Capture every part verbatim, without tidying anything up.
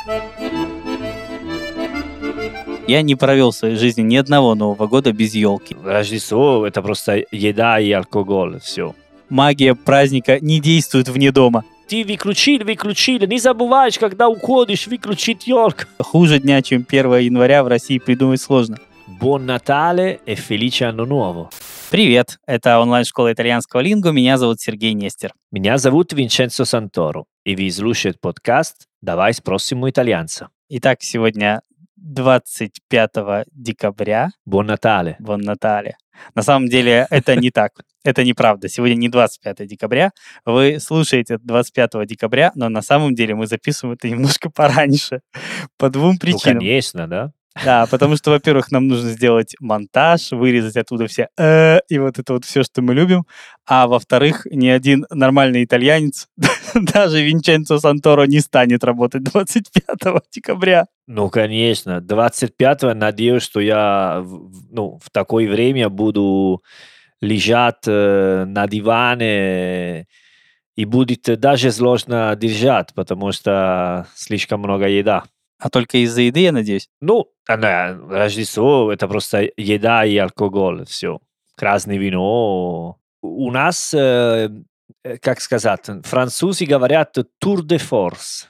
Я не провел в своей жизни ни одного Нового года без елки. Рождество – это просто еда и алкоголь, все. Магия праздника не действует вне дома. Ты выключил, выключил, не забываешь, когда уходишь, выключить елку. Хуже дня, чем первого января, в России придумать сложно. Buon Natale e felice anno nuovo. Привет, это онлайн-школа итальянского лингу, меня зовут Сергей Нестер. Меня зовут Винченцо Санторо, и вы слушаете подкаст «Давай спросим у итальянца». Итак, сегодня двадцать пятого декабря. Buon Natale. Buon Natale. На самом деле это не так, это неправда. Сегодня не двадцать пятого декабря, вы слушаете двадцать пятого декабря, но на самом деле мы записываем это немножко пораньше, по двум причинам. Ну, конечно, да. Да, потому что, во-первых, нам нужно сделать монтаж, вырезать оттуда все э, и вот это вот все, что мы любим. А во-вторых, ни один нормальный итальянец, даже Винченцо Санторо, не станет работать двадцать пятого декабря. Ну, конечно. двадцать пятого надеюсь, что я ну, в такое время буду лежать э, на диване, и будет даже сложно держать, потому что слишком много еда. А только из-за еды, я надеюсь? Ну, да, Рождество – это просто еда и алкоголь, все. Красное вино. У нас, э, как сказать, французы говорят «tour de force».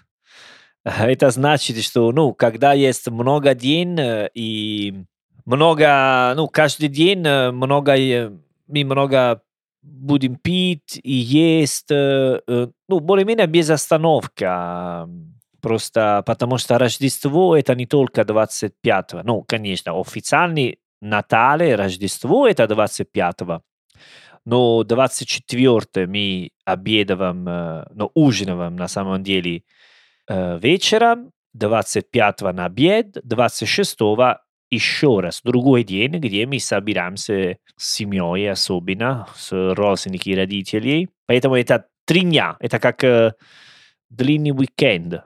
Это значит, что, ну, когда есть много дней и много, ну, каждый день много, мы много будем пить и есть, ну, более-менее без остановки. Просто потому что Рождество – это не только двадцать пятого. Ну, конечно, официальный Натале, Рождество – это двадцать пятого. Но двадцать четвёртого мы обедаем, ну, ужинаем на самом деле вечером, двадцать пятого на обед, двадцать шестого еще раз, другой день, где мы собираемся с семьей, особенно с родственниками родителей. Поэтому это три дня. Это как длинный уикенд,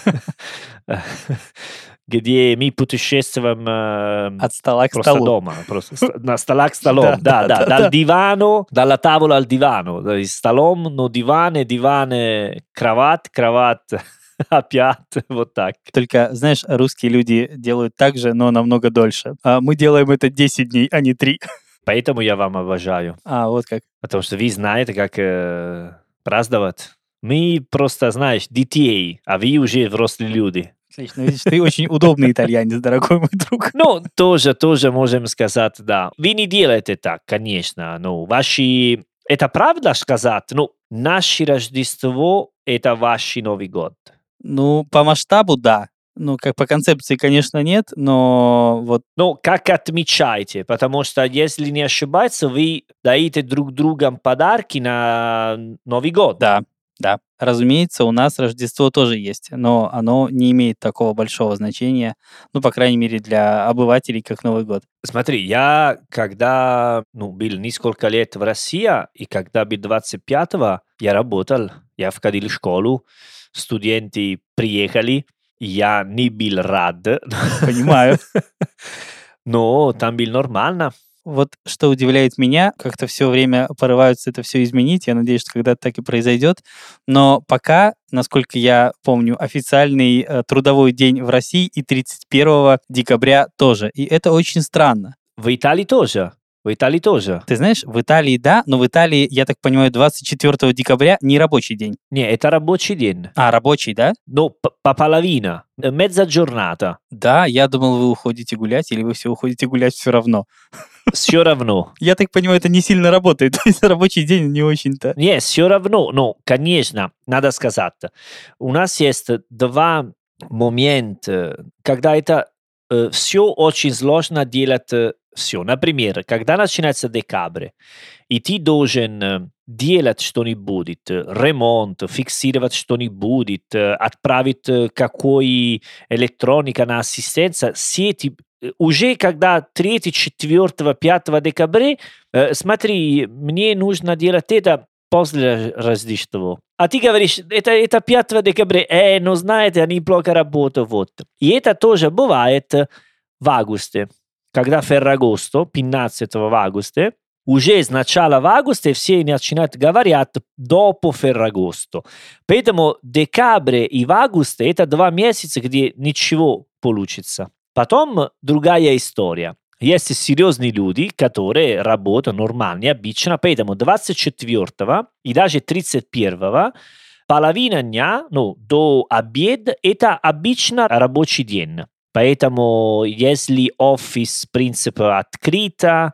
где мы путешествуем от стола к просто столу. дома, просто на стола к столу, да, да, dal divano, dalla tavola al divano, столом, но диван, диван, кровать, кровать, опять, вот так. Только, знаешь, русские люди делают так же, но намного дольше. А мы делаем это десять дней, а не три. Поэтому я вам обожаю. А, вот как. Потому что вы знаете, как э, праздновать. Мы просто, знаешь, детей, а вы уже взрослые люди. Отлично, видишь, ты очень удобный итальянец, дорогой мой друг. Ну, тоже, тоже можем сказать, да. Вы не делаете так, конечно. Ну, ваши... Это правда сказать? Ну, наше Рождество – это ваш Новый год. Ну, по масштабу, да. Ну, как по концепции, конечно, нет, но вот... Ну, как отмечаете? Потому что, если не ошибаюсь, вы даете друг другу подарки на Новый год. Да. Да, разумеется, у нас Рождество тоже есть, но оно не имеет такого большого значения, ну, по крайней мере, для обывателей, как Новый год. Смотри, я когда ну, был несколько лет в России, и когда был двадцать пятого, я работал, я входил в школу, студенты приехали, я не был рад. Понимаю. Но там было нормально. Вот что удивляет меня, как-то все время порываются это все изменить. Я надеюсь, что когда-то так и произойдет. Но пока, насколько я помню, официальный э, трудовой день в России и тридцать первого декабря тоже. И это очень странно. В Италии тоже. В Италии тоже. Ты знаешь, в Италии да, но в Италии, я так понимаю, двадцать четвёртого декабря не рабочий день. Не, это рабочий день. А, рабочий, да? Ну, по половина. Mezza giornata. Да, я думал, вы уходите гулять, или вы все уходите гулять все равно. Все равно. Я так понимаю, это не сильно работает. То есть рабочий день не очень-то. Нет, все равно. Ну, конечно, надо сказать. У нас есть два момента, когда это э, все очень сложно делать э, все. Например, когда начинается декабрь, и ты должен э, делать что-нибудь, ремонт, фиксировать что-нибудь, э, отправить э, какой электроника на ассистенцию, сети. Уже когда третьего, четвёртого, пятого декабря, э, смотри, мне нужно делать это после Рождества. А ты говоришь, это, это пятого декабря, э, ну знаете, они плохо работают, вот. И это тоже бывает в августе, когда Ferragosto, пятнадцатого августа, уже с начала августа все начинают говорить допо Феррагосто. Поэтому декабрь и август – это два месяца, где ничего получится. Потом другая история. Есть серьезные люди, которые работают нормально, обычно, поэтому двадцать четвёртого и даже тридцать первого половина дня, ну, до обеда, это обычно рабочий день. Поэтому, если офис, в принципе, открыто,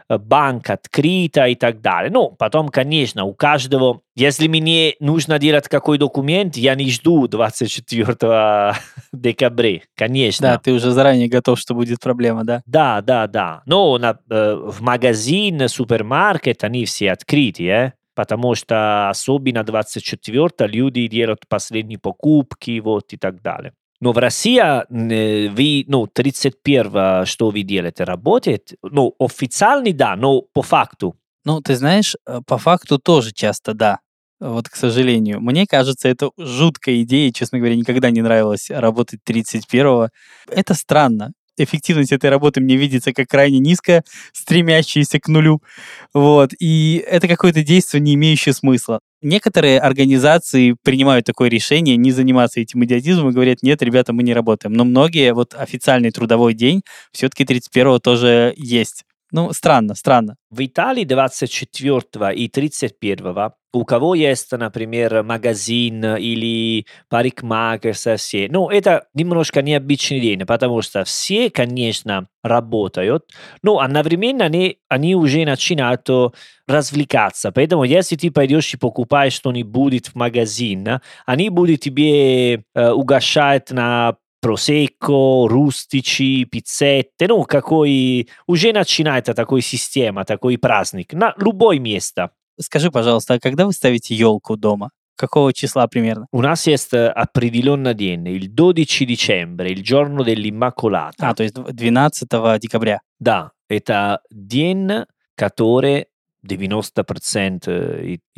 банк открыта и так далее. Ну, потом, конечно, у каждого, если мне нужно делать какой документ, я не жду двадцать четвёртого декабря, конечно. Да, ты уже заранее готов, что будет проблема, да? Да, да, да. Но на, э, в магазин, супермаркет, они все открыты, э? Потому что особенно двадцать четвёртого люди делают последние покупки, вот и так далее. Но в России э, вы, ну, тридцать первого, что вы делаете, работает? Ну, официально, да, но по факту. Ну, ты знаешь, э, по факту тоже часто да. Вот, к сожалению. Мне кажется, это жуткая идея. Честно говоря, никогда не нравилось работать тридцать первого. Это странно. Эффективность этой работы мне видится как крайне низкая, стремящаяся к нулю. Вот. И это какое-то действие, не имеющее смысла. Некоторые организации принимают такое решение не заниматься этим идиотизмом и говорят, нет, ребята, мы не работаем. Но многие, вот официальный трудовой день все-таки тридцать первого тоже есть. Ну, странно, странно. В Италии двадцать четвёртого и тридцать первого у кого есть, например, магазин или парикмахерская, все. Ну, это немножко необычный день, потому что все, конечно, работают, но одновременно они, они уже начинают развлекаться. Поэтому, если ты пойдешь и покупаешь что-нибудь в магазин, они будут тебе э, угощать на просекко, рустичи, пиццетты, ну, какой... Уже начинается такой система, такой праздник на любое место. Скажи, пожалуйста, а когда вы ставите елку дома? Какого числа примерно? У нас есть определенный день, il dodici dicembre, il giorno dell'Immacolata. А, то есть двенадцатого декабря. Да, это день, который девяносто процентов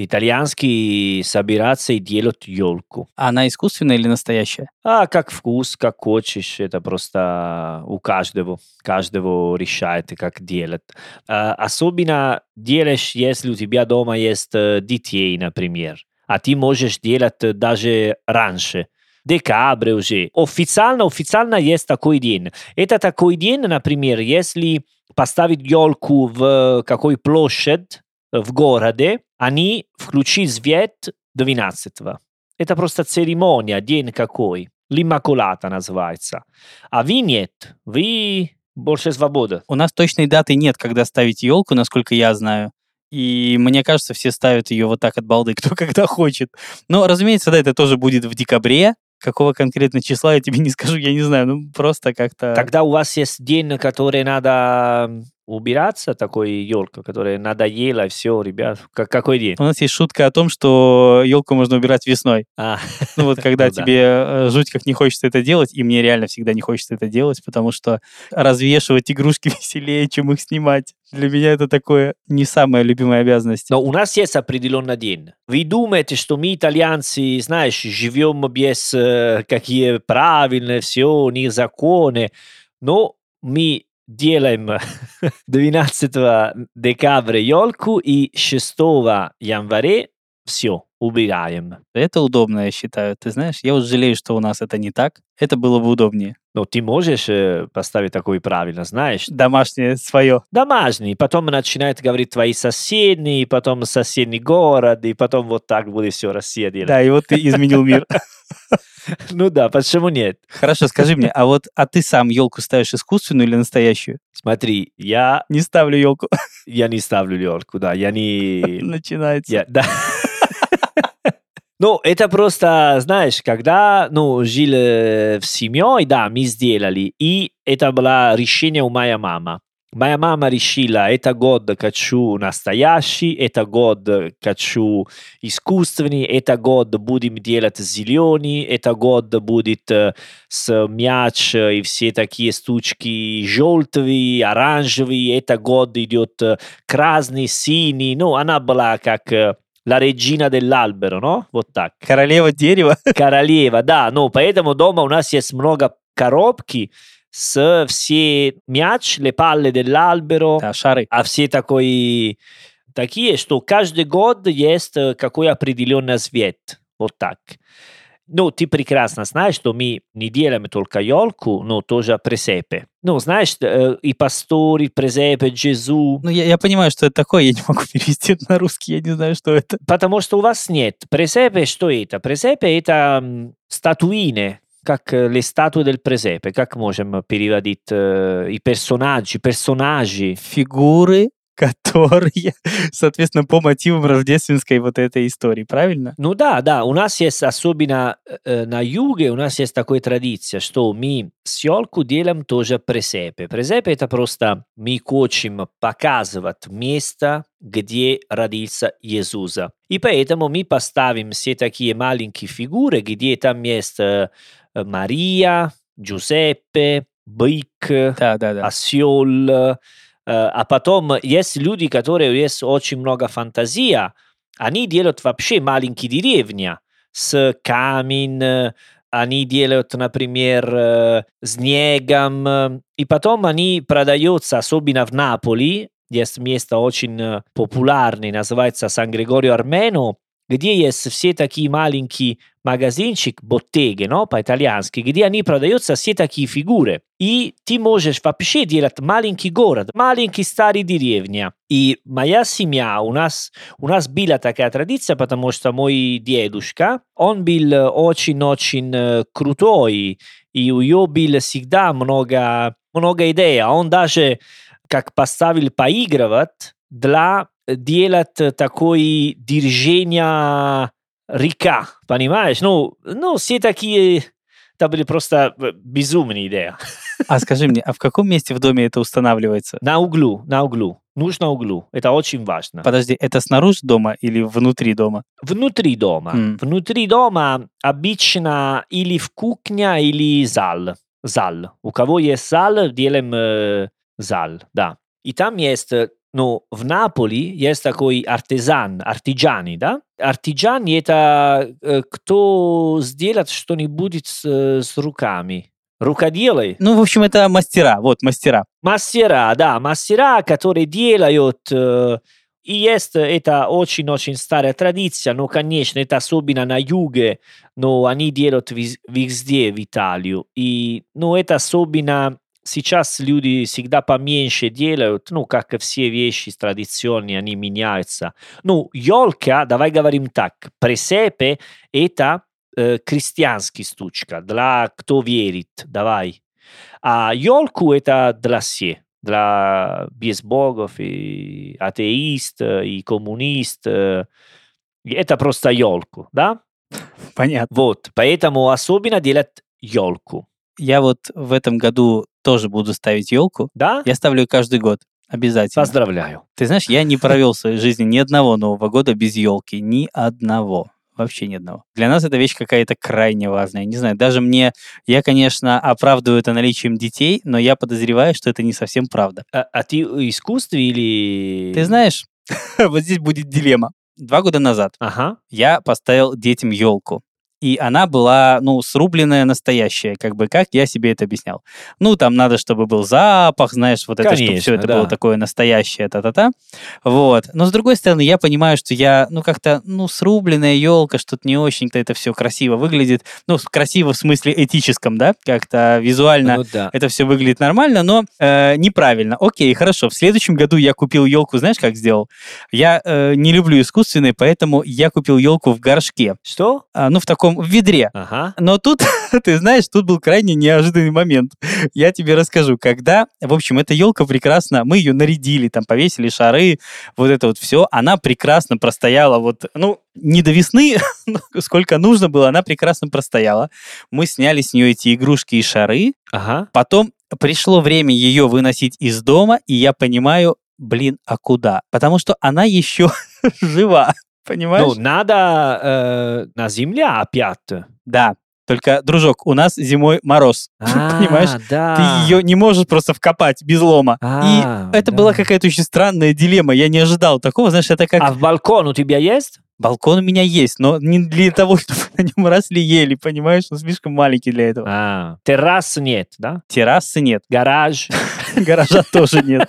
итальянские собираются и делают елку. А она искусственная или настоящая? А как вкус, как хочешь, это просто у каждого. Каждого решает, как делать. А, особенно делаешь, если у тебя дома есть детей, например. А ты можешь делать даже раньше. Декабрь уже. Официально, официально есть такой день. Это такой день, например, если поставить елку в какой площадь в городе, они включат свет двенадцатого. Это просто церемония, день какой. L'Immacolata называется. А вы нет. Вы больше свободы. У нас точной даты нет, когда ставить елку, насколько я знаю. И мне кажется, все ставят ее вот так от балды, кто когда хочет. Но, разумеется, да, это тоже будет в декабре. Какого конкретно числа, я тебе не скажу, я не знаю. Ну, просто как-то... Тогда у вас есть день, который надо убираться, такой елка, которая надоела, и все, ребят. Как, какой день? У нас есть шутка о том, что елку можно убирать весной. А. Ну вот когда Ну да. тебе жуть как не хочется это делать, и мне реально всегда не хочется это делать, потому что развешивать игрушки веселее, чем их снимать. Для меня это такое не самая любимая обязанность. Но у нас есть определенный день. Вы думаете, что мы, итальянцы, знаешь, живем без э, какие правильные все, не законы, но мы делаем двенадцатого декабря елку и шестого января все, убираем. Это удобно, я считаю. Ты знаешь, я вот жалею, что у нас это не так. Это было бы удобнее. Но ты можешь э, поставить такой правильно, знаешь? Домашнее свое. Домашний. Потом начинают говорить твои соседи, потом соседний город, и потом вот так будет все Россия делать. Да, и вот ты изменил мир. Ну да, почему нет? Хорошо, скажи мне, а вот а ты сам елку ставишь искусственную или настоящую? Смотри, я... Не ставлю елку. Я не ставлю елку, да, я не... Начинается. Я, да. Ну, это просто, знаешь, когда, ну, жил э, в семье, да, мы сделали, и это было решение у моей мамы. Моя мама решила, это год хочу настоящий, это год хочу искусственный, это год будем делать зеленый, это год будет э, с мяч и все такие штучки желтые, оранжевые, это год идет э, красный, синий. Ну, она была как... Э, La regina dell'albero, no? Вот так. Королева дерева. Королева, да. Ну, поэтому дома у нас есть много коробки, с все мяч, le palle dell'albero, Да, шары. а все такой, такие, что каждый год есть какой определенный цвет. Вот так. Ну, ты прекрасно знаешь, что мы не делаем только елку, но тоже пресепе. Ну, знаешь, э, и пастори, пресепе, Джезу. Ну, я, я понимаю, что это такое, я не могу перевести это на русский, я не знаю, что это. Потому что у вас нет. Пресепе, что это? Пресепе это м, статуины, как э, le statue del presepe. Как можем переводить э, и персонажи, персонажи? Фигуры, которые, соответственно, по мотивам рождественской вот этой истории, правильно? Ну да, да, у нас есть особенно э, на юге, у нас есть такая традиция, что мы с елку делаем тоже пресепе. Пресепе это просто мы хотим показывать место, где родился Иисус. И поэтому мы поставим все такие маленькие фигуры, где там есть э, Мария, Giuseppe, бык, Да, да, да. осел. А потом есть люди, которые есть очень много фантазии, они делают вообще маленькие деревни с камень, они делают, например, снегом, и потом они продаются, особенно в Наполи, есть место очень популярное, называется Сан-Григорио Армено, где есть все такие маленькие магазинчики, botteghe, no? По-итальянски, где они продаются все такие фигуры. И ты можешь вообще делать маленький город, маленькие старые деревни. И моя семья, у нас, у нас была такая традиция, потому что мой дедушка, он был очень-очень крутой, и у него было всегда много, много идей. Он даже как поставил поигрывать для делать такое движение река, понимаешь? Ну, ну, все такие, это были просто безумные идеи. А скажи мне, а в каком месте в доме это устанавливается? На углу, на углу. Нужно углу. Это очень важно. Подожди, это снаружи дома или внутри дома? Внутри дома. Mm. Внутри дома обычно или в кухне, или зал. Зал. У кого есть зал, делаем э, зал, да. И там есть, ну, в Наполи есть такой артизан, артиджани, да? Артиджани это э, кто сделает что-нибудь с, с руками. Рукоделы. Ну, в общем, это мастера, вот, мастера. Мастера, да, мастера, которые делают, э, и есть, это очень-очень старая традиция, но, конечно, это особенно на юге, но они делают вез, везде в Италию, и, ну, это особенно, сейчас люди всегда поменьше делают, ну, как и все вещи традиционные, они меняются. Ну, елка, давай говорим так, пресепе, это крестьянский штучка, для кто верит, давай. А елку это для всех, для безбогов, и атеист, и коммунист. Это просто елку, да? Понятно. Вот, поэтому особенно делать елку. Я вот в этом году тоже буду ставить елку. Да? Я ставлю каждый год. Обязательно. Поздравляю. Ты знаешь, я не провел в своей жизни ни одного Нового года без елки. Ни одного. Вообще ни одного. Для нас эта вещь какая-то крайне важная. Не знаю, даже мне... Я, конечно, оправдываю это наличием детей, но я подозреваю, что это не совсем правда. А, а ты в искусстве или... Ты знаешь, вот здесь будет дилемма. Два года назад ага. я поставил детям елку. И она была, ну, срубленная настоящая, как бы, как я себе это объяснял. Ну, там надо, чтобы был запах, знаешь, вот это, чтобы все это да. было такое настоящее, та-та-та. Вот. Но, с другой стороны, я понимаю, что я, ну, как-то, ну, срубленная елка, что-то не очень-то это все красиво выглядит. Ну, красиво в смысле этическом, да, как-то визуально ну, да. это все выглядит нормально, но э, неправильно. Окей, хорошо. В следующем году я купил елку, знаешь, как сделал? Я э, не люблю искусственные, поэтому я купил елку в горшке. Что? А, ну, в таком в ведре. Ага. Но тут, ты знаешь, тут был крайне неожиданный момент. Я тебе расскажу, когда, в общем, эта елка прекрасно, мы ее нарядили, там повесили шары, вот это вот все, она прекрасно простояла, вот, ну, не до весны, сколько нужно было, она прекрасно простояла. Мы сняли с нее эти игрушки и шары, Ага. потом пришло время ее выносить из дома, и я понимаю, блин, а куда? Потому что она еще жива. Понимаешь? Ну, надо э, на земле опять. Да, только, дружок, у нас зимой мороз, А, понимаешь? да. Ты ее не можешь просто вкопать без лома. А, И это да. была какая-то очень странная дилемма. Я не ожидал такого, знаешь, это как... А в балкон у тебя есть? Балкон у меня есть, но не для того, чтобы на нем росли ели, понимаешь? Он слишком маленький для этого. А, террасы нет, да? Террасы нет. Гараж? Гаража тоже нет.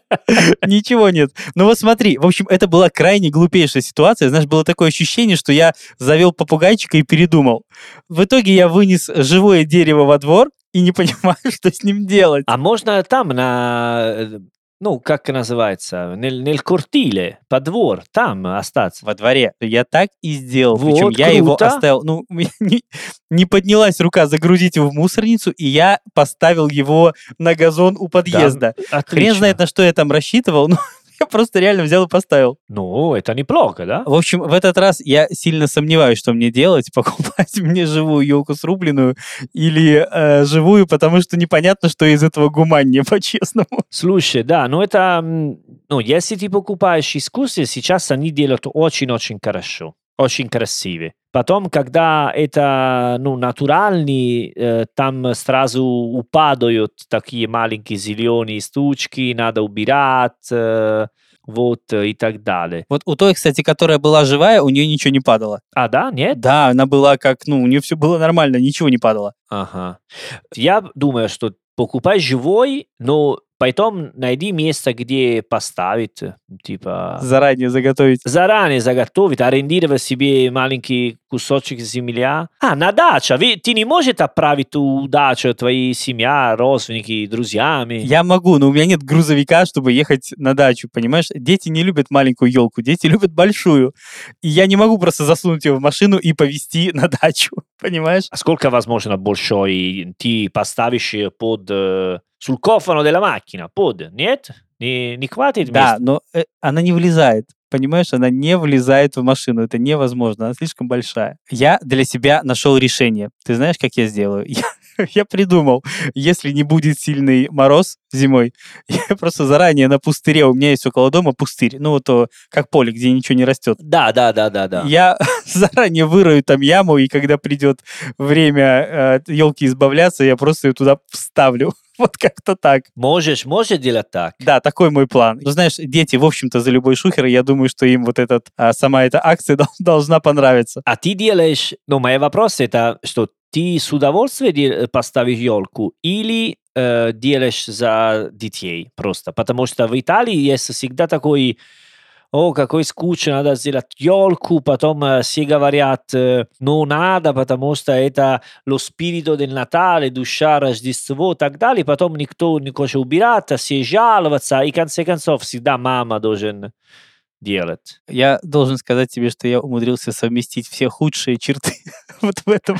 Ничего нет. Ну вот смотри, в общем, это была крайне глупейшая ситуация. Знаешь, было такое ощущение, что я завел попугайчика и передумал. В итоге я вынес живое дерево во двор и не понимаю, что с ним делать. А можно там на... Ну, как называется? Нель, нель кортиле, под двор, там остаться. Во дворе. Я так и сделал. Вот, Причем я круто. его оставил... Ну, у меня не, не поднялась рука загрузить его в мусорницу, и я поставил его на газон у подъезда. Да, Хрен знает, на что я там рассчитывал, но я просто реально взял и поставил. Ну, это неплохо, да? В общем, в этот раз я сильно сомневаюсь, что мне делать, покупать мне живую елку срубленную или э, живую, потому что непонятно, что из этого гуманнее, по-честному. Слушай, да, ну это... Ну, если ты покупаешь искусство, сейчас они делают очень-очень хорошо, очень красивые. Потом, когда это, ну, натуральный, э, там сразу упадают такие маленькие зеленые штучки, надо убирать, э, вот, и так далее. Вот у той, кстати, которая была живая, у нее ничего не падало. А, да? Нет? Да, она была как, ну, у нее все было нормально, ничего не падало. Ага. Я думаю, что покупай живой, но потом найди место, где поставить, типа... Заранее заготовить. Заранее заготовить, арендировать себе маленький кусочек земля. А, на даче. Ты не можешь отправить ту дачу твоей семья, родственники, друзьями? Я могу, но у меня нет грузовика, чтобы ехать на дачу, понимаешь? Дети не любят маленькую елку, дети любят большую. И я не могу просто засунуть ее в машину и повезти на дачу, понимаешь? А сколько, возможно, большой ты поставишь под... Э, sul cofano della macchina, под, нет? Не, не хватит Да, места? но э, она не влезает. Понимаешь, она не влезает в машину. Это невозможно, она слишком большая. Я для себя нашел решение. Ты знаешь, как я сделаю? Я, я придумал, если не будет сильный мороз зимой, я просто заранее на пустыре, у меня есть около дома пустырь, ну вот то, как поле, где ничего не растет. Да, да, да, да, да. Я заранее вырою там яму, и когда придет время э, елки избавляться, я просто ее туда вставлю. Вот как-то так. Можешь, можешь делать так? Да, такой мой план. Ну, знаешь, дети, в общем-то, за любой шухер, и я думаю, что им вот этот, а, сама эта акция дол- должна понравиться. А ты делаешь... Ну, мой вопрос это, что ты с удовольствием дел- поставишь елку или э, делаешь за детей просто? Потому что в Италии есть всегда такой... О, какой скучно, надо сделать елку, потом э, все говорят, э, ну надо, потому что это lo spirito del Natale, душа, Рождество и так далее, потом никто не хочет убирать, все жаловаться, и в конце концов всегда мама должен делать. Я должен сказать тебе, что я умудрился совместить все худшие черты вот в этом.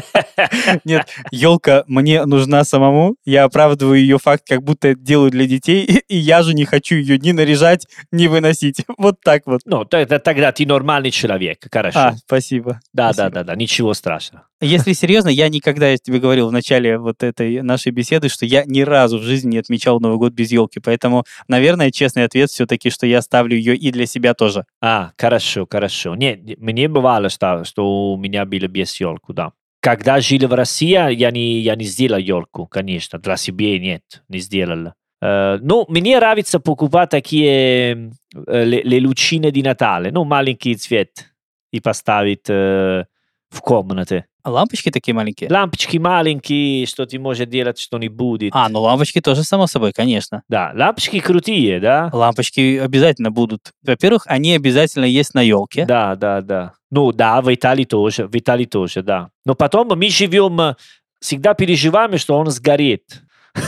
Нет, елка мне нужна самому. Я оправдываю ее факт, как будто это делаю для детей, и я же не хочу ее ни наряжать, ни выносить. Вот так вот. Ну, т- т- тогда ты нормальный человек, хорошо. А, спасибо. да, спасибо. да, да, да, ничего страшного. Если серьезно, я никогда, я тебе говорил в начале вот этой нашей беседы, что я ни разу в жизни не отмечал Новый год без елки. Поэтому, наверное, честный ответ все-таки, что я ставлю ее и для себя тоже. А, хорошо, хорошо. Нет, мне бывало, что, что у меня было без елку, да. Когда жил в России, я не, я не сделал елку, конечно, для себя нет, не сделал. Uh, ну, мне нравится покупать такие uh, le, le lucine di Natale, ну, маленький цвет, и поставить uh, в комнате. А лампочки такие маленькие? Лампочки маленькие, что ты можешь делать что-нибудь. А, ну лампочки тоже, само собой, конечно. Да, лампочки крутые, да? Лампочки обязательно будут. Во-первых, они обязательно есть на елке. Да, да, да. Ну, да, в Италии тоже, в Италии тоже, да. Но потом мы живем, всегда переживаем, что он сгорит.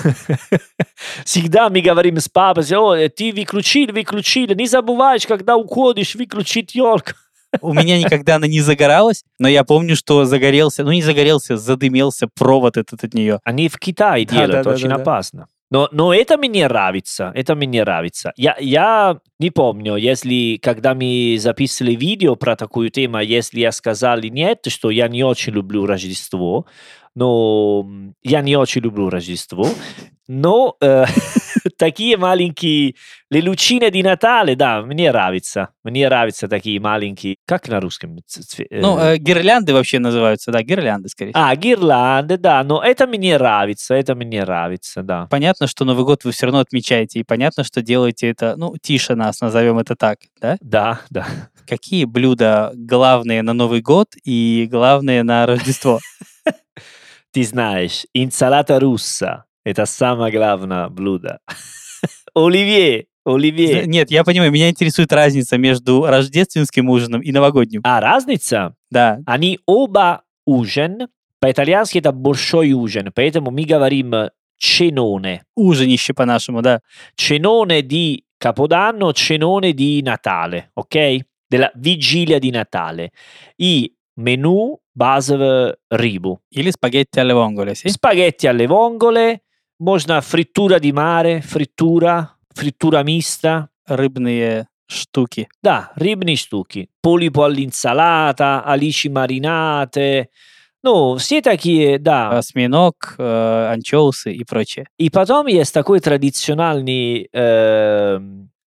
Всегда мы говорим с папой, о, ты выключил, выключил, не забываешь, когда уходишь, выключить елку. У меня никогда она не загоралась, но я помню, что загорелся, ну не загорелся, задымился провод этот от нее. Они в Китае Да, делают, да, да, очень да, да. опасно. Но, но это мне нравится, это мне нравится. Я, я не помню, если, когда мы записывали видео про такую тему, если я сказал нет, что я не очень люблю Рождество, но я не очень люблю Рождество, но... Э, Такие маленькие, le lucine di Natale, да, мне нравится. Мне нравятся такие маленькие, как на русском? Ну, э, гирлянды вообще называются, да, гирлянды, скорее всего. А, гирлянды, да, но это мне нравится, это мне нравится, да. Понятно, что Новый год вы все равно отмечаете, и понятно, что делаете это, ну, тише нас, назовем это так, да? Да, да. Какие блюда главные на Новый год и главные на Рождество? Ты знаешь, инсалата русса – это самое главное блюдо. Оливье, оливье. Нет, я понимаю, меня интересует разница между рождественским ужином и новогодним. А, разница? Да. Они оба ужин, по-итальянски это большой ужин, поэтому мы говорим cenone. Ужинище по-нашему, да. Cenone di Capodanno, cenone di Natale, ok? Della vigilia di Natale. И меню базовое рыбу. Или спагетти alle vongole, sì? Spaghetti alle vongole, можно frittura di mare, frittura, frittura mista. Рыбные штуки. Да, рыбные штуки. Polipo all'insalata, alici marinate. Ну, все такие, да. Осьминог, э, анчоусы и прочее. И потом есть такой традиционный э,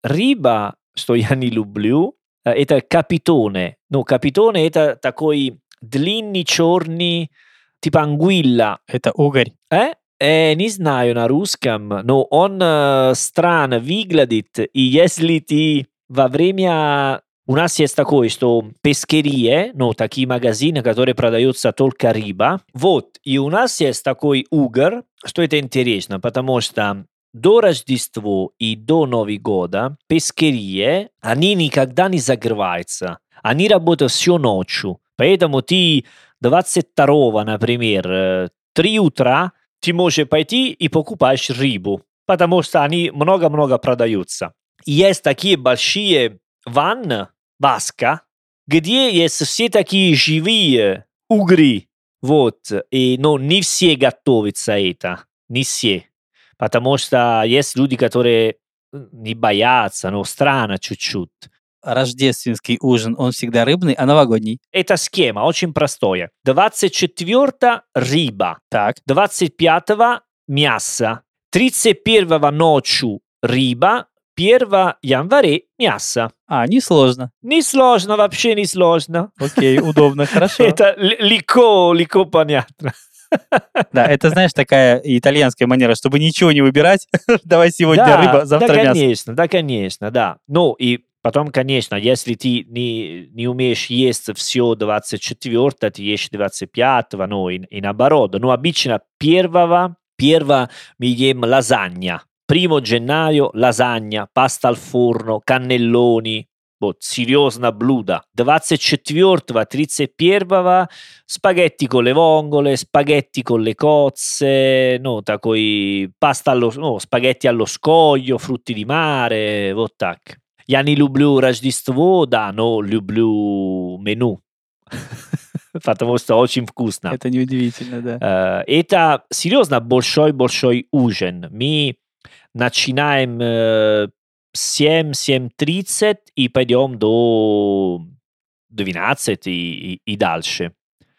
рыба, что я не люблю. Это капитоне. Ну, капитоне это такой длинный черный, типа ангуилла. Это угорь. Э? Э, не знаю на русском, но он э, странно выглядит. И если ты во время... У нас есть такое, что пескерие, ну, такие магазины, которые продаются только рыба. Вот, и у нас есть такой угор, что это интересно, потому что до Рождества и до Нового года пескерие, они никогда не закрываются. Они работают всю ночью. Поэтому ты двадцать второго, например, три утра, ты можешь пойти и покупаешь рыбу, потому что они много-много продаются. И есть такие большие ванны, Баска, где есть все такие живые угри. Вот. И, но не все готовятся это. Не все. Потому что есть люди, которые не боятся, но странно чуть-чуть. Рождественский ужин, он всегда рыбный, а новогодний? Это схема очень простая. двадцать четвёртого рыба. Так. двадцать пятого мясо. тридцать первого ночью рыба. первого января мясо. А, несложно. Не сложно, вообще не сложно. Окей, удобно, хорошо. Это легко, легко понятно. Да, это, знаешь, такая итальянская манера, чтобы ничего не выбирать. Давай сегодня да, рыба, завтра да, мясо. конечно, да, конечно, да. Ну, и потом, конечно, если ты не, не умеешь есть все двадцать четвёртого, ты ешь двадцать пятого, ну, и, и наоборот. Но обычно первого, первого мы ем лазанья. Primo gennaio, lasagna, pasta al forno, cannelloni, вот, серьезно блюдо. двадцать четвёртого, тридцать первого спагhetti con le vongole, spaghetti con le cozze, ну, такой pasta allo, ну, spaghetti allo scoglio, frutti di mare, вот так. Я не люблю Рождество, да, но люблю меню. Потому что очень вкусно. Это неудивительно, да. Это серьезно большой-большой ужин. Мы начинаем э, семь, семь тридцать и пойдем до двенадцать и, и, и дальше.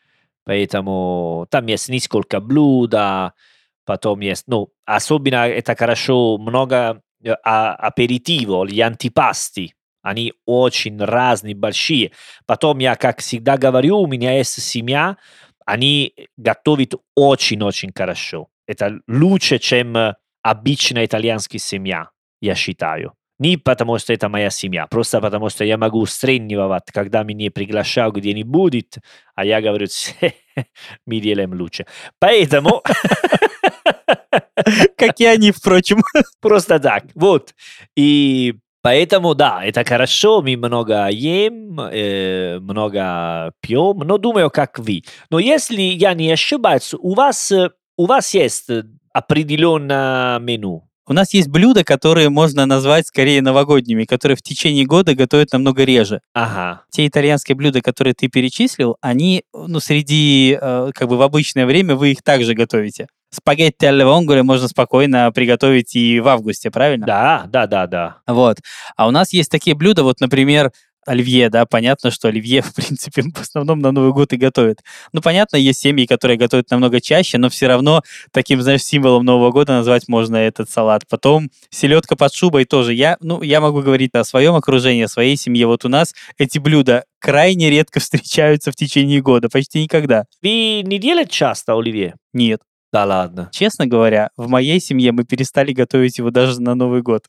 Поэтому там есть несколько блюд, потом есть, ну, особенно это хорошо, много а, аперитиво, и антипасти. Они очень разные, большие. Потом я, как всегда говорю, у меня есть семья, они готовят очень-очень хорошо. Это лучше, чем обычная итальянская семья, я считаю. Не потому, что это моя семья, просто потому, что я могу сравнивать, когда меня приглашают где-нибудь, а я говорю, мы делаем лучше. Поэтому... Как и они, впрочем. Просто так, вот. И поэтому, да, это хорошо, мы много ем, э, много пьем, но думаю, как вы. Но если я не ошибаюсь, у вас, у вас есть определенное меню. У нас есть блюда, которые можно назвать скорее новогодними, которые в течение года готовят намного реже. Ага. Те итальянские блюда, которые ты перечислил, они, ну, среди, э, как бы в обычное время вы их также готовите. Спагетти alle vongole можно спокойно приготовить и в августе, правильно? Да, да, да, да. Вот. А у нас есть такие блюда, вот, например, Оливье, да, понятно, что оливье, в принципе, в основном на Новый год и готовят. Ну, понятно, есть семьи, которые готовят намного чаще, но все равно таким, знаешь, символом Нового года назвать можно этот салат. Потом селедка под шубой тоже. Я, ну, я могу говорить о своем окружении, о своей семье. Вот у нас эти блюда крайне редко встречаются в течение года, почти никогда. Ви не делаете часто оливье? Нет. Да ладно. Честно говоря, в моей семье мы перестали готовить его даже на Новый год.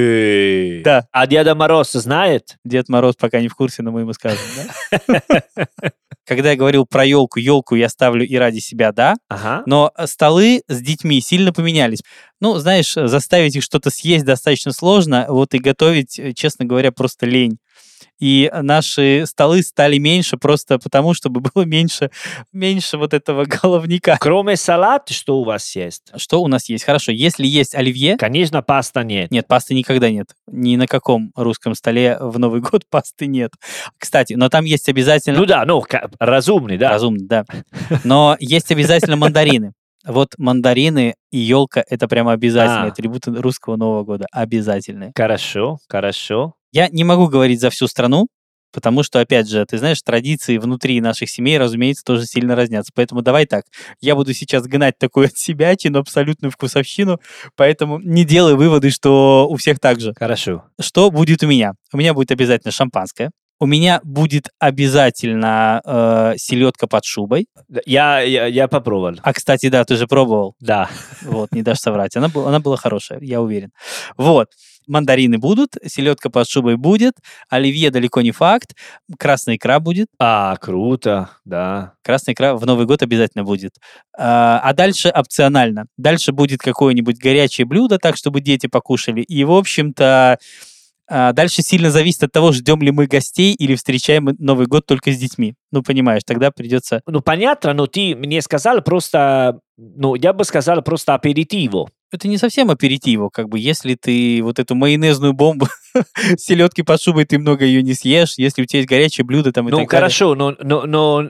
Эй. Да. А Деда Мороз знает? Дед Мороз пока не в курсе, но мы ему скажем, да? Когда я говорил про елку, елку я ставлю и ради себя, да, Ага. но столы с детьми сильно поменялись. Ну, знаешь, заставить их что-то съесть достаточно сложно, вот и готовить, честно говоря, просто лень. И наши столы стали меньше просто потому, чтобы было меньше, меньше вот этого головника. Кроме салата, что у вас есть? Что у нас есть? Хорошо, если есть оливье... Конечно, паста нет. Нет, пасты никогда нет. Ни на каком русском столе в Новый год пасты нет. Кстати, но там есть обязательно... Ну да, ну, разумный, да. Разумный, да. Но есть обязательно мандарины. Вот мандарины и елка — это прямо обязательные А. атрибуты русского Нового года. Обязательные. Хорошо, хорошо. Я не могу говорить за всю страну, потому что, опять же, ты знаешь, традиции внутри наших семей, разумеется, тоже сильно разнятся. Поэтому давай так, я буду сейчас гнать такую от себя, но абсолютную вкусовщину, поэтому не делай выводы, что у всех так же. Хорошо. Что будет у меня? У меня будет обязательно шампанское. У меня будет обязательно э, селедка под шубой. Я, я, я попробовал. А, кстати, да, ты же пробовал. Да. Вот, не дашь соврать. Она, была, она была хорошая, я уверен. Вот. Мандарины будут, селедка под шубой будет, оливье далеко не факт, красная икра будет. А, круто, да. Красная икра в Новый год обязательно будет. А, а дальше опционально. Дальше будет какое-нибудь горячее блюдо, так, чтобы дети покушали. И, в общем-то, дальше сильно зависит от того, ждем ли мы гостей или встречаем Новый год только с детьми. Ну, понимаешь, тогда придется... Ну, понятно, но ты мне сказал просто... Ну, я бы сказал просто аперитиво. Это не совсем аперитиво, как бы, если ты вот эту майонезную бомбу селедки под шубой, ты много ее не съешь, если у тебя есть горячее блюдо там и ну, так хорошо, далее. но, но, но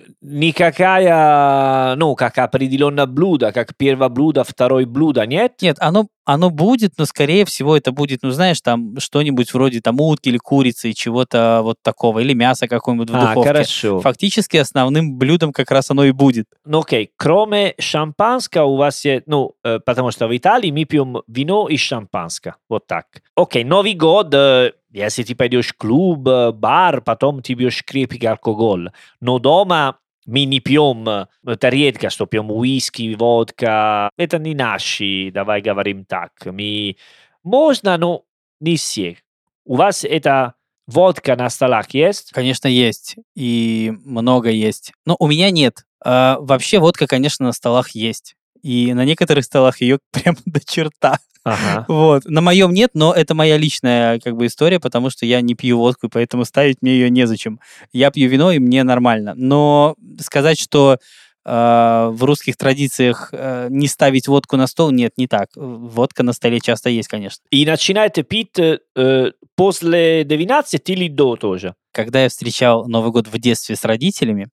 никакая, ну, как определенное блюдо, как первое блюдо, второе блюдо, нет? Нет, оно, оно будет, но, скорее всего, это будет, ну, знаешь, там, что-нибудь вроде там утки или курицы, чего-то вот такого, или мясо какое-нибудь в а, духовке. Хорошо. Фактически основным блюдом как раз оно и будет. Ну, окей, кроме шампанского у вас есть, ну, э, потому что в Италии мы пьем вино и шампанское, вот так. Окей, Новый год, э, если ты пойдешь в клуб, бар, потом ты пьешь крепкий алкоголь, но дома мы не пьем, это редко, что пьем виски, водка, это не наши, давай говорим так. Мы, можно, но не все. У вас это водка на столах есть? Конечно, есть, и много есть. Но у меня нет. А, вообще водка, конечно, на столах есть. И на некоторых столах ее прям до черта. Ага. Вот. На моем нет, но это моя личная как бы история, потому что я не пью водку, и поэтому ставить мне ее незачем. Я пью вино, и мне нормально. Но сказать, что э, в русских традициях э, не ставить водку на стол, нет, не так. Водка на столе часто есть, конечно. И начинаете пить э, после двенадцати или до тоже? Когда я встречал Новый год в детстве с родителями,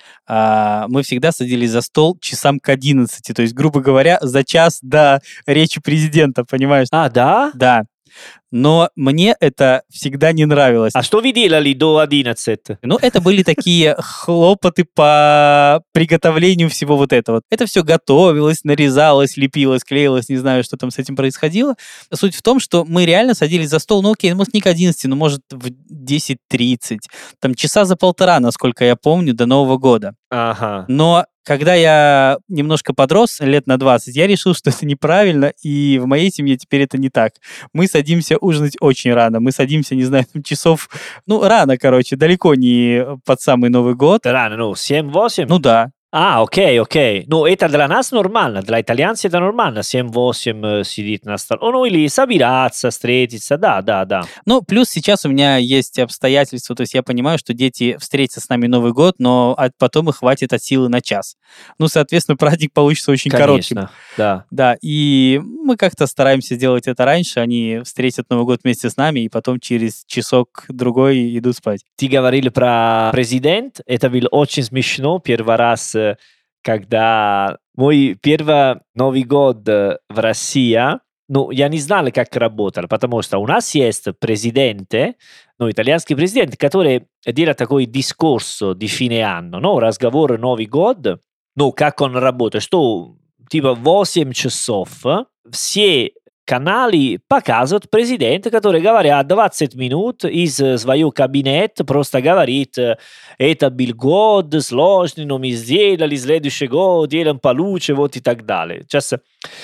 Uh, мы всегда садились за стол часам к одиннадцати, то есть, грубо говоря, за час до речи президента, понимаешь? А, да? Да. Но мне это всегда не нравилось. А что вы делали до одиннадцати? Ну, это были такие хлопоты по приготовлению всего вот этого. Это все готовилось, нарезалось, лепилось, клеилось, не знаю, что там с этим происходило. Суть в том, что мы реально садились за стол, ну окей, может не к одиннадцати, но может в десять тридцать. Там часа за полтора, насколько я помню, до Нового года. Ага. Но когда я немножко подрос, лет на двадцать, я решил, что это неправильно, и в моей семье теперь это не так. Мы садимся ужинать очень рано. Мы садимся, не знаю, часов... Ну, рано, короче, далеко не под самый Новый год. Рано, ну, семь-восемь? Ну да. А, окей, окей. Ну, это для нас нормально, для итальянцев это нормально. семь-восемь сидит на столе. Ну, или собираться, встретиться, да, да, да. Ну, плюс сейчас у меня есть обстоятельства, то есть я понимаю, что дети встретятся с нами Новый год, но от, потом их хватит от силы на час. Ну, соответственно, праздник получится очень Конечно, коротким. Да. Да, и мы как-то стараемся сделать это раньше, они встретят Новый год вместе с нами, и потом через часок-другой идут спать. Ты говорил про президент, это было очень смешно, первый раз, когда мой первый Новый год в России, ну, я не знал, как работал, потому что у нас есть президент, ну, итальянский президент, который делает такой дискурс di fine anno, ну, разговор Новый год, ну, как он работает, что типа восемь часов все каналы показывают президента, который говорят двадцать минут из своего кабинета, просто говорит, это был год сложный, но мы сделали, следующий год делаем получше, вот и так далее. Сейчас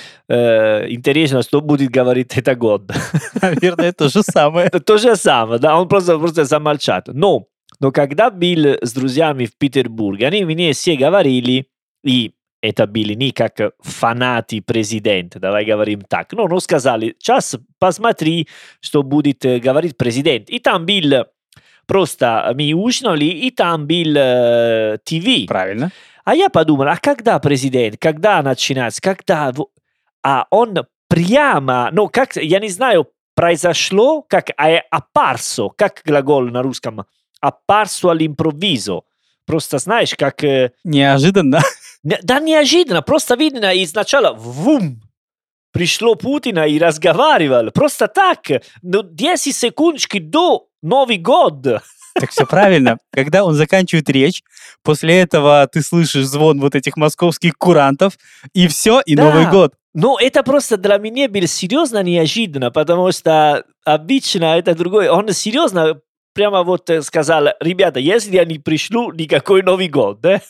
э, интересно, что будет говорить это год. Наверное, то же самое. То же самое, да, он просто, просто замолчал. Но, но когда был с друзьями в Петербурге, они мне все говорили, и это были не как фанаты президента, давай говорим так. Но, ну, сказали, сейчас посмотри, что будет говорить президент. И там был просто, мы ужинали, и там был э, ТВ. Правильно. А я подумал, а когда президент, когда начинается, когда... А он прямо, ну, как, я не знаю, произошло, как apparso, как глагол на русском, apparso all'improvviso. Просто, знаешь, как... Неожиданно. Да, неожиданно, просто видно, и сначала вум, пришло Путина и разговаривал, просто так, ну, десять секундочки до Новый год. Так все правильно. Когда он заканчивает речь, после этого ты слышишь звон вот этих московских курантов, и все, и да. Новый год. Ну, это просто для меня было серьезно неожиданно, потому что обычно это другое. Он серьезно прямо вот сказал, ребята, если я не пришлю, никакой Новый год, да?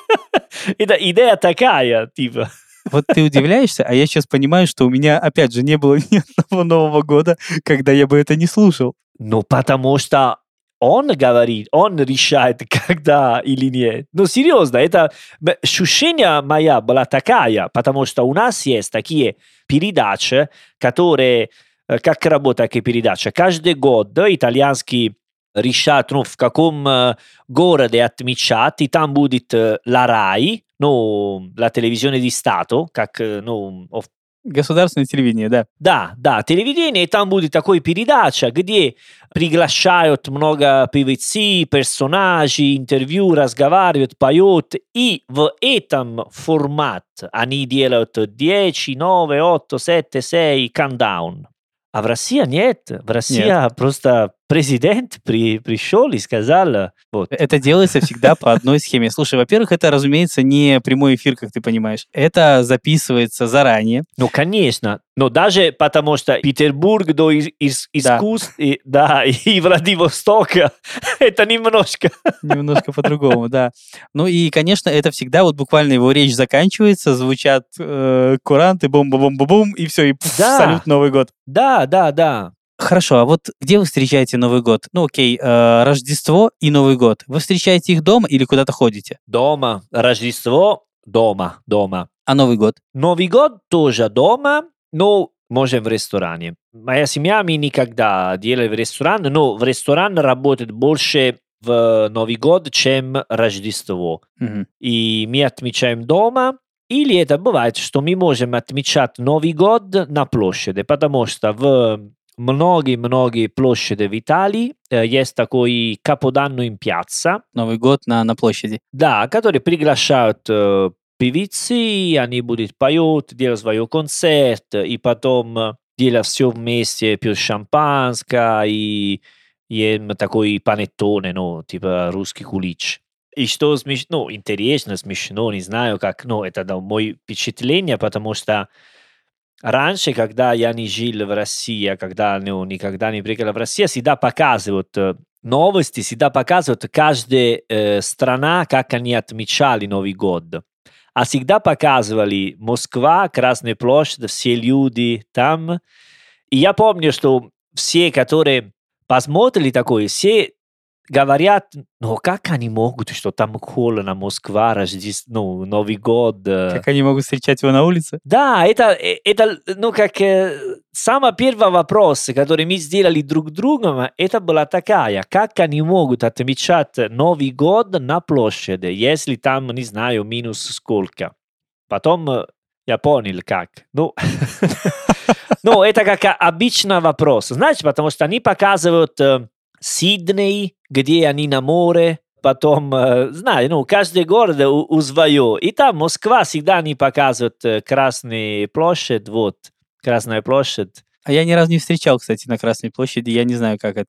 Это идея такая, типа. Вот ты удивляешься, а я сейчас понимаю, что у меня, опять же, не было ни одного Нового года, когда я бы это не слушал. Ну, потому что он говорит, он решает, когда или нет. Ну, серьезно, это ощущение моя была такая, потому что у нас есть такие передачи, которые, как работают такие передачи, каждый год итальянские решат, ну, в каком э, городе отмечать, и там будет э, la Rai, ну, la телевизионная di Stato, как, э, ну... Of... Государственное телевидение, да. Да, да, телевидение, и там будет такой передача, где приглашают много певцов, персонажей, интервью, разговаривают, поют, и в этом формате они делают десять, девять, восемь, семь, шесть, countdown. А в России нет. В России нет. Просто президент при, пришел и сказал... Вот. Это делается всегда по одной схеме. Слушай, во-первых, это, разумеется, не прямой эфир, как ты понимаешь. Это записывается заранее. Ну, конечно. Но даже потому, что Петербург до из, из, искусств, да. И, да, и Владивостока, это немножко... Немножко по-другому, да. Ну и, конечно, это всегда вот буквально его речь заканчивается, звучат э, куранты, бум-бум-бум-бум, и все, и пфф, да. Салют, Новый год. Да, да, да. Хорошо, а вот где вы встречаете Новый год? Ну, окей, э, Рождество и Новый год. Вы встречаете их дома или куда-то ходите? Дома. Рождество дома, дома. А Новый год? Новый год тоже дома, но можем в ресторане. Моя семья, мы никогда делали в ресторане, но в ресторан работает больше в Новый год, чем Рождество. Угу. И мы отмечаем дома. Или это бывает, что мы можем отмечать Новый год на площади, потому что в многие-многие площади в Италии э, есть такой Каподанно in piazza. Новый год на, на площади. Да, которые приглашают э, певцы, они будут поют, делать свой концерт, и потом э, делают все вместе, пьют шампанское, и ем такой панеттоне, ну, типа русский кулич. И что смешно, ну, интересно, смешно, не знаю как, ну, это да, мое впечатление, потому что раньше, когда я не жил в России, когда ну, никогда не приехал в Россию, всегда показывают э, новости, всегда показывают каждая э, страна, как они отмечали Новый год. А всегда показывали Москва, Красная площадь, все люди там. И я помню, что все, которые посмотрели такое, все говорят, ну как они могут, что там холодно, Москва, Рождество, ну, Новый год. Как они могут встречать его на улице? Да, это, это ну, как э, самый первый вопрос, который мы сделали друг другом, это была такая, как они могут отмечать Новый год на площади, если там, не знаю, минус сколько. Потом я понял, как. Ну, ну это как обычный вопрос, знаешь, потому что они показывают Сидней, где они на море, потом, э, знаю, ну, каждый город у, у свое. И там Москва всегда не показывает э, Красную площадь, вот, Красная площадь. А я ни разу не встречал, кстати, на Красной площади, я не знаю, как это.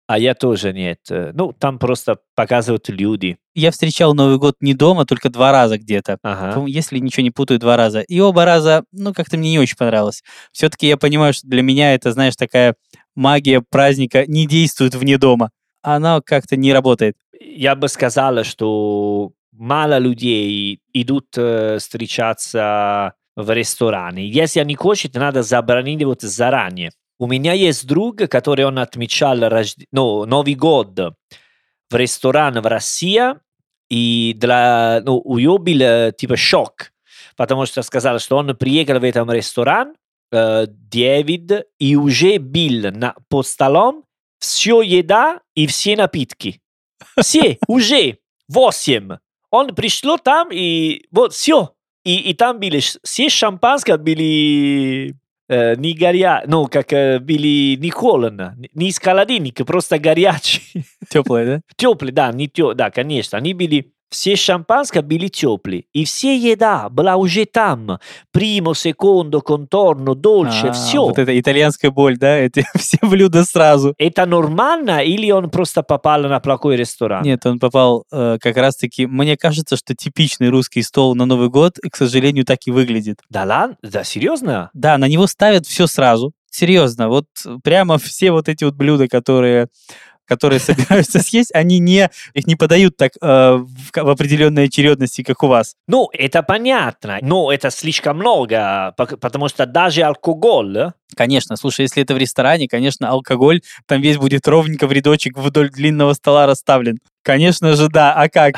А я тоже нет. Ну, там просто показывают люди. Я встречал Новый год не дома, только два раза где-то. Ага. Если ничего не путаю, два раза. И оба раза, ну, как-то мне не очень понравилось. Все-таки я понимаю, что для меня это, знаешь, такая магия праздника не действует вне дома. Она как-то не работает. Я бы сказал, что мало людей идут э, встречаться в ресторане. Если они хотят, надо забронировать заранее. У меня есть друг, который он отмечал рожд... ну, Новый год в ресторане в России, и для... ну, у него был типа шок, потому что сказал, что он приехал в этом ресторан, э, Дэвид, и уже был на... под столом все еда и все напитки. Все, уже, восемь. Он пришел там, и вот все. И, и там были все шампанское были э, не горя... ну, как э, были не холодно, не из холодильника, просто горячие. Теплые, да? Теплые, да, не тё... да, конечно. Они были... Все шампанское были теплые. И все еда была уже там. Primo, secondo, contorno, dolce, А, все. Вот эта итальянская боль, да? Эти все блюда сразу. Это нормально или он просто попал на плохой ресторан? Нет, он попал э, как раз-таки... Мне кажется, что типичный русский стол на Новый год, к сожалению, так и выглядит. Да ладно? Да, серьезно? Да, на него ставят все сразу. Серьезно, вот прямо все вот эти вот блюда, которые... которые собираются съесть, они не, их не подают так э, в, в определенной очередности, как у вас. Ну, это понятно, но это слишком много, потому что даже алкоголь... Конечно, слушай, если это в ресторане, конечно, алкоголь там весь будет ровненько в рядочек вдоль длинного стола расставлен. Конечно же, да, а как?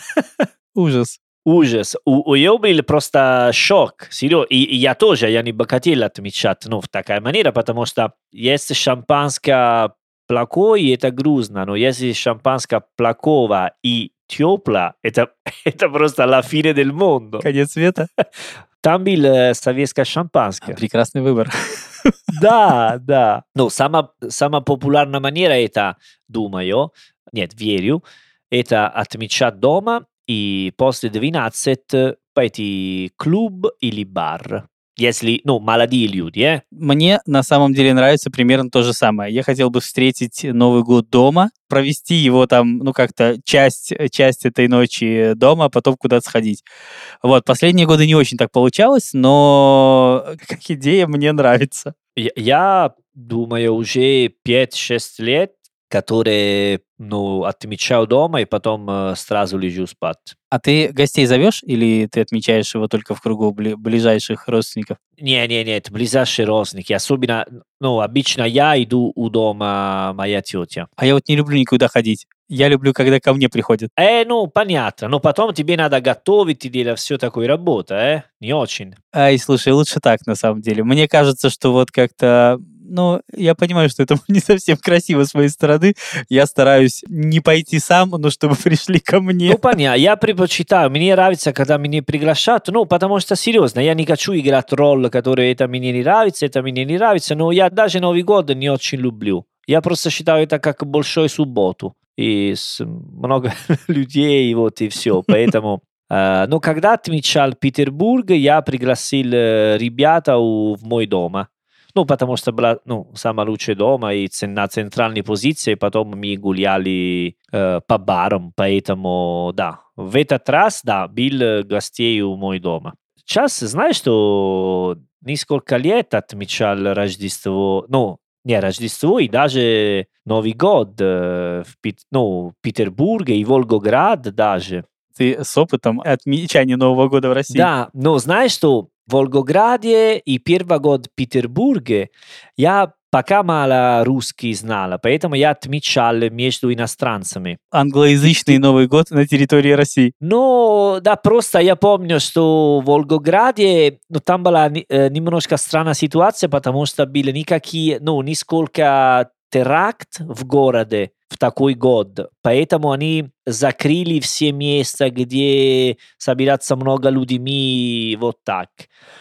Ужас. Ужас. У, у него был просто шок. Серьезно. И, и я тоже, я не бы хотел отмечать, ну, в такая манера, потому что если шампанское плохое, это грустно, но если шампанское плохого и тепло, это, это просто la fine del mondo. Конец света. Там был советское шампанское. Прекрасный выбор. Да, да. Ну, самая, самая популярная манера это, думаю, нет, верю, это отмечать дома и после двенадцати пойти в клуб или бар. Если, ну, молодые люди, э? Мне на самом деле нравится примерно то же самое. Я хотел бы встретить Новый год дома, провести его там, ну, как-то часть, часть этой ночи дома, а потом куда-то сходить. Вот, последние годы не очень так получалось, но как идея мне нравится. Я, я думаю, уже пять-шесть лет, которые, ну, отмечаю дома и потом э, сразу лежу спать. А ты гостей зовешь или ты отмечаешь его только в кругу бли- ближайших родственников? Не, не, нет, ближайшие родственники. Особенно, ну, обычно я иду у дома моя тетя. А я вот не люблю никуда ходить. Я люблю, когда ко мне приходят. Э, ну, понятно, но потом тебе надо готовить и делать все такое работа, э? Не очень. Ай, слушай, лучше так, на самом деле. Мне кажется, что вот как-то... Ну, я понимаю, что это не совсем красиво с моей стороны. Я стараюсь не пойти сам, но чтобы пришли ко мне. Ну, понятно, я предпочитаю, мне нравится, когда меня приглашают, ну, потому что, серьезно, я не хочу играть роль, которая это мне не нравится, это мне не нравится, но я даже Новый год не очень люблю. Я просто считаю это как большую субботу. И с много людей, вот, и все, поэтому... Uh, но когда отмечал Петербург, я пригласил uh, ребята у, в мой дом. Ну, потому что была, ну, самая лучшая дома и на центральной позиции, потом мы гуляли uh, по барам, поэтому, да, в этот раз, да, был гостей у мой дома. Сейчас, знаешь, что несколько лет отмечал Рождество, ну, не Рождество и даже Новый год uh, в, Пит, ну, Петербурге и Волгоград даже. Ты с опытом отмечания Нового года в России. Да, но знаешь что, в Волгограде и первый год в Петербурге я пока мало русский знала, поэтому я отмечал между иностранцами. Англоязычный Новый год на территории России. Ну, да, просто я помню, что в Волгограде, ну, там была э, немножко странная ситуация, потому что были никакие, ну, нисколько теракт в городе в такой год. Поэтому они закрыли все места, где собираться много людьми, вот так.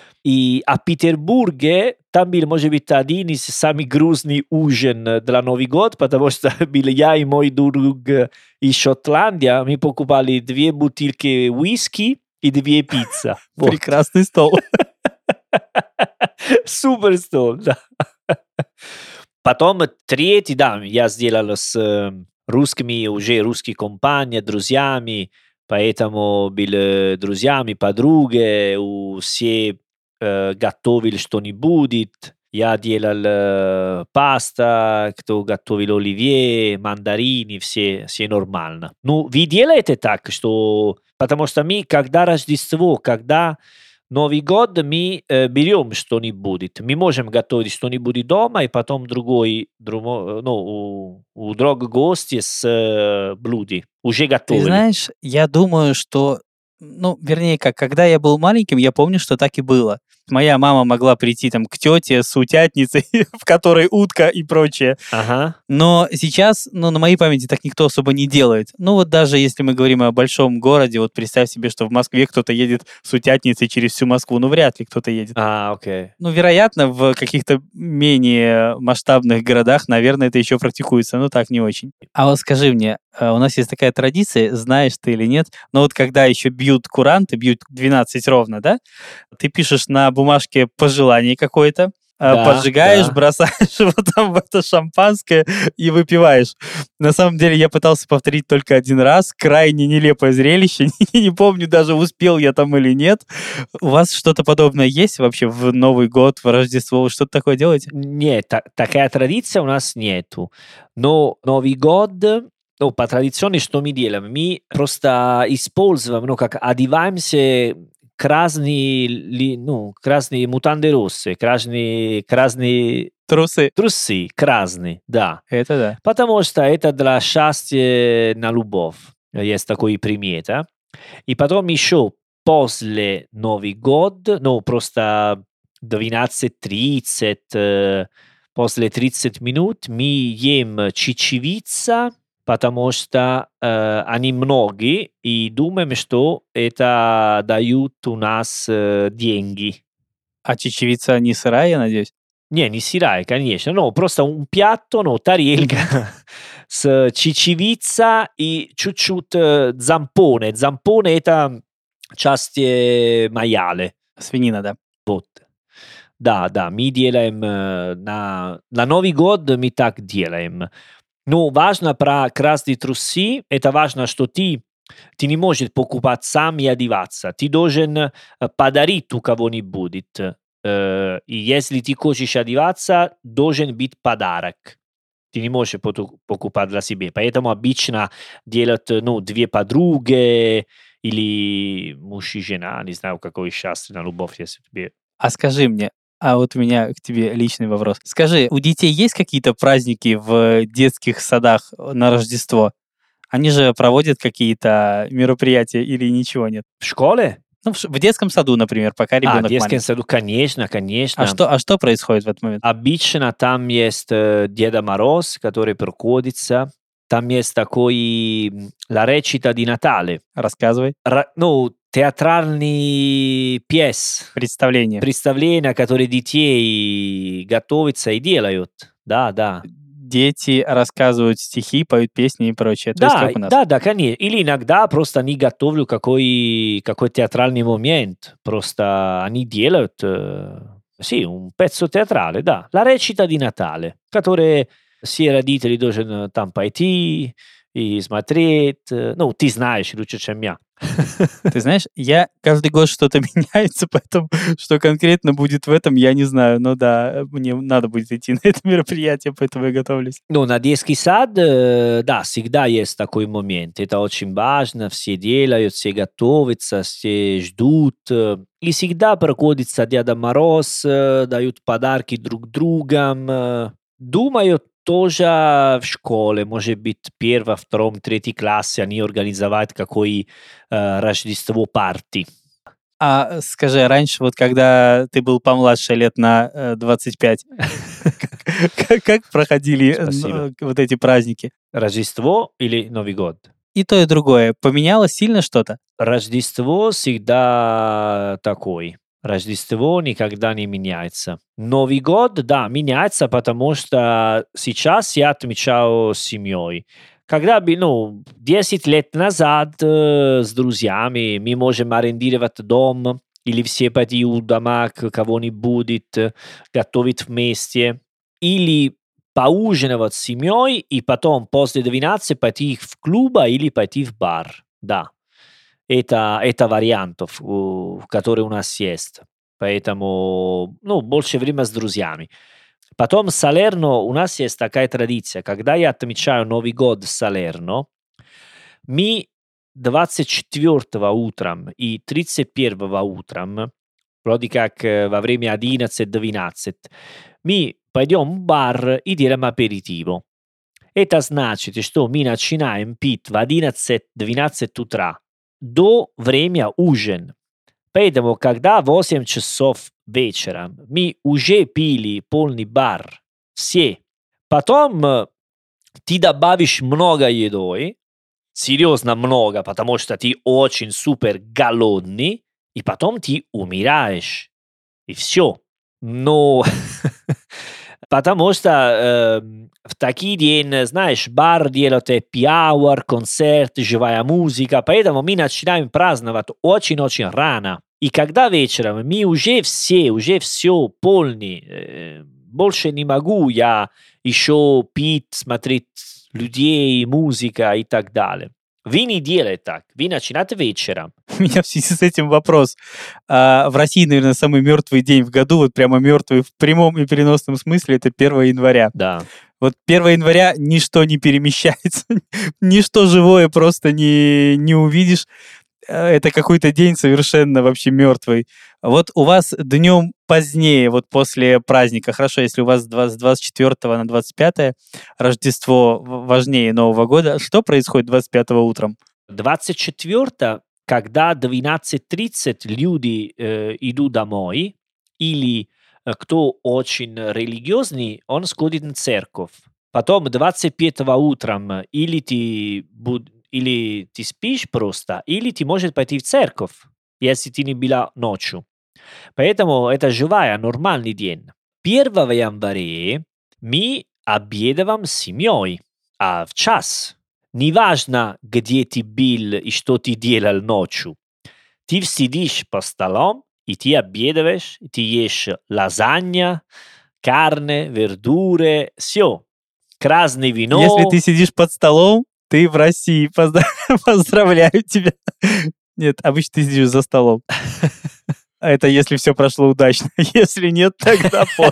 И а в Петербурге там был, может быть, один из самых грустных ужин для Новый год, потому что был я и мой друг из Шотландии, мы покупали две бутылки виски и две пиццы. Прекрасный стол. Супер стол, да. Потом третий, да, я сделал с э, русскими, уже русские компании, друзьями, поэтому были друзьями, подруги, у все э, готовили что-нибудь. Я делал э, паста, кто готовил оливье, мандарины, все, все нормально. Ну, вы делаете так, что... Потому что мы, когда Рождество, когда Новый год, мы э, берем что-нибудь. Мы можем готовить что-нибудь дома, и потом другой, друго, ну, у, у друга гости с э, блюди. Уже Ты готовили. знаешь, я думаю, что, ну, вернее как, когда я был маленьким, я помню, что так и было. Моя мама могла прийти там к тете с утятницей, в которой утка и прочее. Ага. Но сейчас, ну, на моей памяти так никто особо не делает. Ну, вот даже если мы говорим о большом городе, вот представь себе, что в Москве кто-то едет с утятницей через всю Москву. Ну, вряд ли кто-то едет. А, окей. Ну, вероятно, в каких-то менее масштабных городах, наверное, это еще практикуется, но так не очень. А вот скажи мне, э, у нас есть такая традиция, знаешь ты или нет, но вот когда еще бьют куранты, бьют двенадцать ровно, да, ты пишешь на бумажке пожелание какое-то, э, Да, поджигаешь, да. бросаешь его там в это шампанское и выпиваешь. На самом деле я пытался повторить только один раз, крайне нелепое зрелище, не помню даже, успел я там или нет. У вас что-то подобное есть вообще в Новый год, в Рождество? Вы что-то такое делаете? Нет, та- такая традиция у нас нету. Но Новый год, ну, по традиции, что мы делаем? Мы просто используем, ну, как одеваемся красные, ли- ну, красные мутанды росы, красные, красные Трусы. трусы, красные, да. Это да. Потому что это для счастья на любовь. Есть такой примета. И потом еще после Новый год, ну, просто двенадцать тридцать, э, после тридцать минут мы ем чечевица, потому что э, они многие, и думаем, что это дают у нас э, деньги. А чечевица не сырая, я надеюсь? Не, не сырая, конечно, no, просто un piatto, no, тарелка с чечевица и чуть-чуть э, зампоне. Зампоне это часть э, майале. Свинина, да. Вот. Да, да, мы делаем э, на, на Новый год мы так делаем. Ну, важно про красные трусы, это важно, что ты, ты не можешь покупать сам и одеваться. Ты должен э, подарить у кого-нибудь. Э, и если ты хочешь одеваться, должен быть подарок. Ты не можешь поту- покупать для себя. Поэтому обычно делают, ну, две подруги или муж и жена. Не знаю, какое счастье на любовь, если тебе... А скажи мне, а вот у меня к тебе личный вопрос. Скажи, у детей есть какие-то праздники в детских садах на Рождество? Они же проводят какие-то мероприятия или ничего нет? В школе? Ну, в, ш- в детском саду, например, пока А, в ребенок детском маленький. саду, конечно, А конечно. что, а что происходит в этот момент? Обычно там есть э, Деда Мороз, который проходится. Там есть такой м, la recita di Natale. Рассказывай. Ра- ну, театральный пьес, Представление. представления, которые детей готовятся и делают. Да, да. Дети рассказывают стихи, поют песни и прочее. То есть Да, как у нас? да, да, конечно. Или иногда просто они готовят какой, какой театральный момент. Просто они делают, э, sì, un pezzo teatrale, да. La recita di Natale, который все родители должны там пойти и смотреть. э, Ну, ты знаешь лучше, чем я. Ты знаешь, я каждый год что-то меняется, поэтому что конкретно будет в этом, я не знаю. Но да, мне надо будет идти на это мероприятие, поэтому я готовлюсь. Ну, на детский сад, э, да, всегда есть такой момент. Это очень важно. Все делают, все готовятся, все ждут. э, И всегда проходится Деда Мороз, э, дают подарки друг другам. э. Думаю, тоже в школе, может быть, первом, втором, третьем классе они организовать какой э, Рождество парти. А скажи, а раньше, вот когда ты был помладше лет на э, двадцать пять, как, как проходили э, Спасибо. н- э, вот эти праздники? Рождество или Новый год? И то, и другое. Поменялось сильно что-то? Рождество всегда такой. Рождество никогда не меняется. Новый год, да, меняется, потому что сейчас я отмечаю с семьей. Когда бы, ну, десять лет назад э, с друзьями мы можем арендировать дом или все пойти у дома к кого-нибудь, э, готовить вместе. Или поужинать с семьей и потом после двенадцати пойти в клуб или пойти в бар. Да, это, это вариантов, у- которые у нас есть. Поэтому, ну, больше времени с друзьями. Потом Салерно, у нас есть такая традиция. Когда я отмечаю Новый год в Салерно, мы двадцать четвёртого утром и тридцать первого утром, вроде как э, во время одиннадцать-двенадцать, мы пойдем в бар и делаем аперитиво. Это значит, что мы начинаем пить в одиннадцать-двенадцать утра до времени ужин. Поэтому, когда восемь часов вечера мы уже пили полный бар, все. Потом э, ты добавишь много еды, серьезно много, потому что ты очень супер голодный, и потом ты умираешь. И все. Но потому что э, в такие дни, знаешь, бар делает happy hour, концерт, живая музыка, поэтому мы начинаем праздновать очень-очень рано. И когда вечером мы уже все, уже все полны, э, больше не могу я еще пить, смотреть людей, музыка и так далее. Вы не делаете так, вы начинаете вечером. У меня в связи с этим вопрос. А, в России, наверное, самый мертвый день в году, вот прямо мертвый в прямом и переносном смысле, это первого января. Да. Вот первого января ничто не перемещается, ничто живое просто не, не увидишь. Это какой-то день совершенно вообще мертвый. Вот у вас днем позднее, вот после праздника, хорошо, если у вас с двадцать четвёртого на двадцать пятое Рождество важнее Нового года, что происходит двадцать пятого утром? двадцать четвёртого, когда двенадцать тридцать люди э, идут домой, или э, кто очень религиозный, он сходит в церковь. Потом двадцать пятого утром или ты, буд... или ты спишь просто, или ты можешь пойти в церковь, если ты не была ночью. Поэтому это живая, нормальный день. первого января мы обедаем с семьей, а в час. Неважно, где ты был и что ты делал ночью. Ты сидишь по столам, и ты обедаешь, и ты ешь лазанья, карне, вердуры, все. Красное вино. Если ты сидишь под столом, ты в России. Поздрав... Поздравляю тебя. Нет, обычно ты сидишь за столом. Это если все прошло удачно. Если нет, тогда под.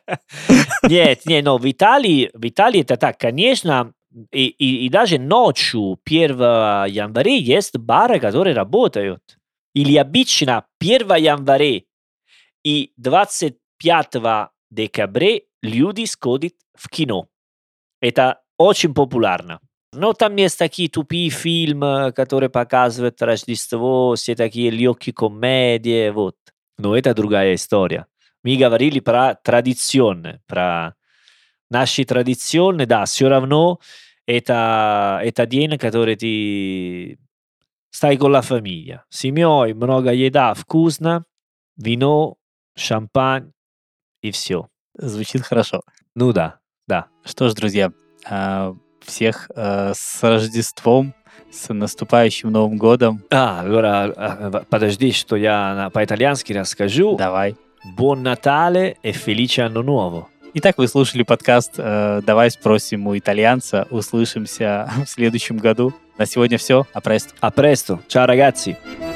Нет, нет, но в Италии, в Италии это так, конечно, и, и, и даже ночью первого января есть бары, которые работают. Или обычно первого января и двадцать пятого декабря люди сходят в кино. Это очень популярно. Но там есть такие тупые фильмы, которые показывают Рождество, все такие легкие комедии, вот. Но это другая история. Мы говорили про традиционные, про наши традиционные, да, все равно это, это день, который ты stai con la famiglia. Семьей, много еда, вкусно, вино, шампань и все. Звучит хорошо. Ну да, да. Что ж, друзья, всех с Рождеством, с наступающим Новым годом. А, allora, подожди, что я по-итальянски расскажу. Давай. Buon Natale e felice anno nuovo. Итак, вы слушали подкаст «Давай спросим у итальянца». Услышимся в следующем году. На сегодня все. А престо. A presto. Ciao ragazzi.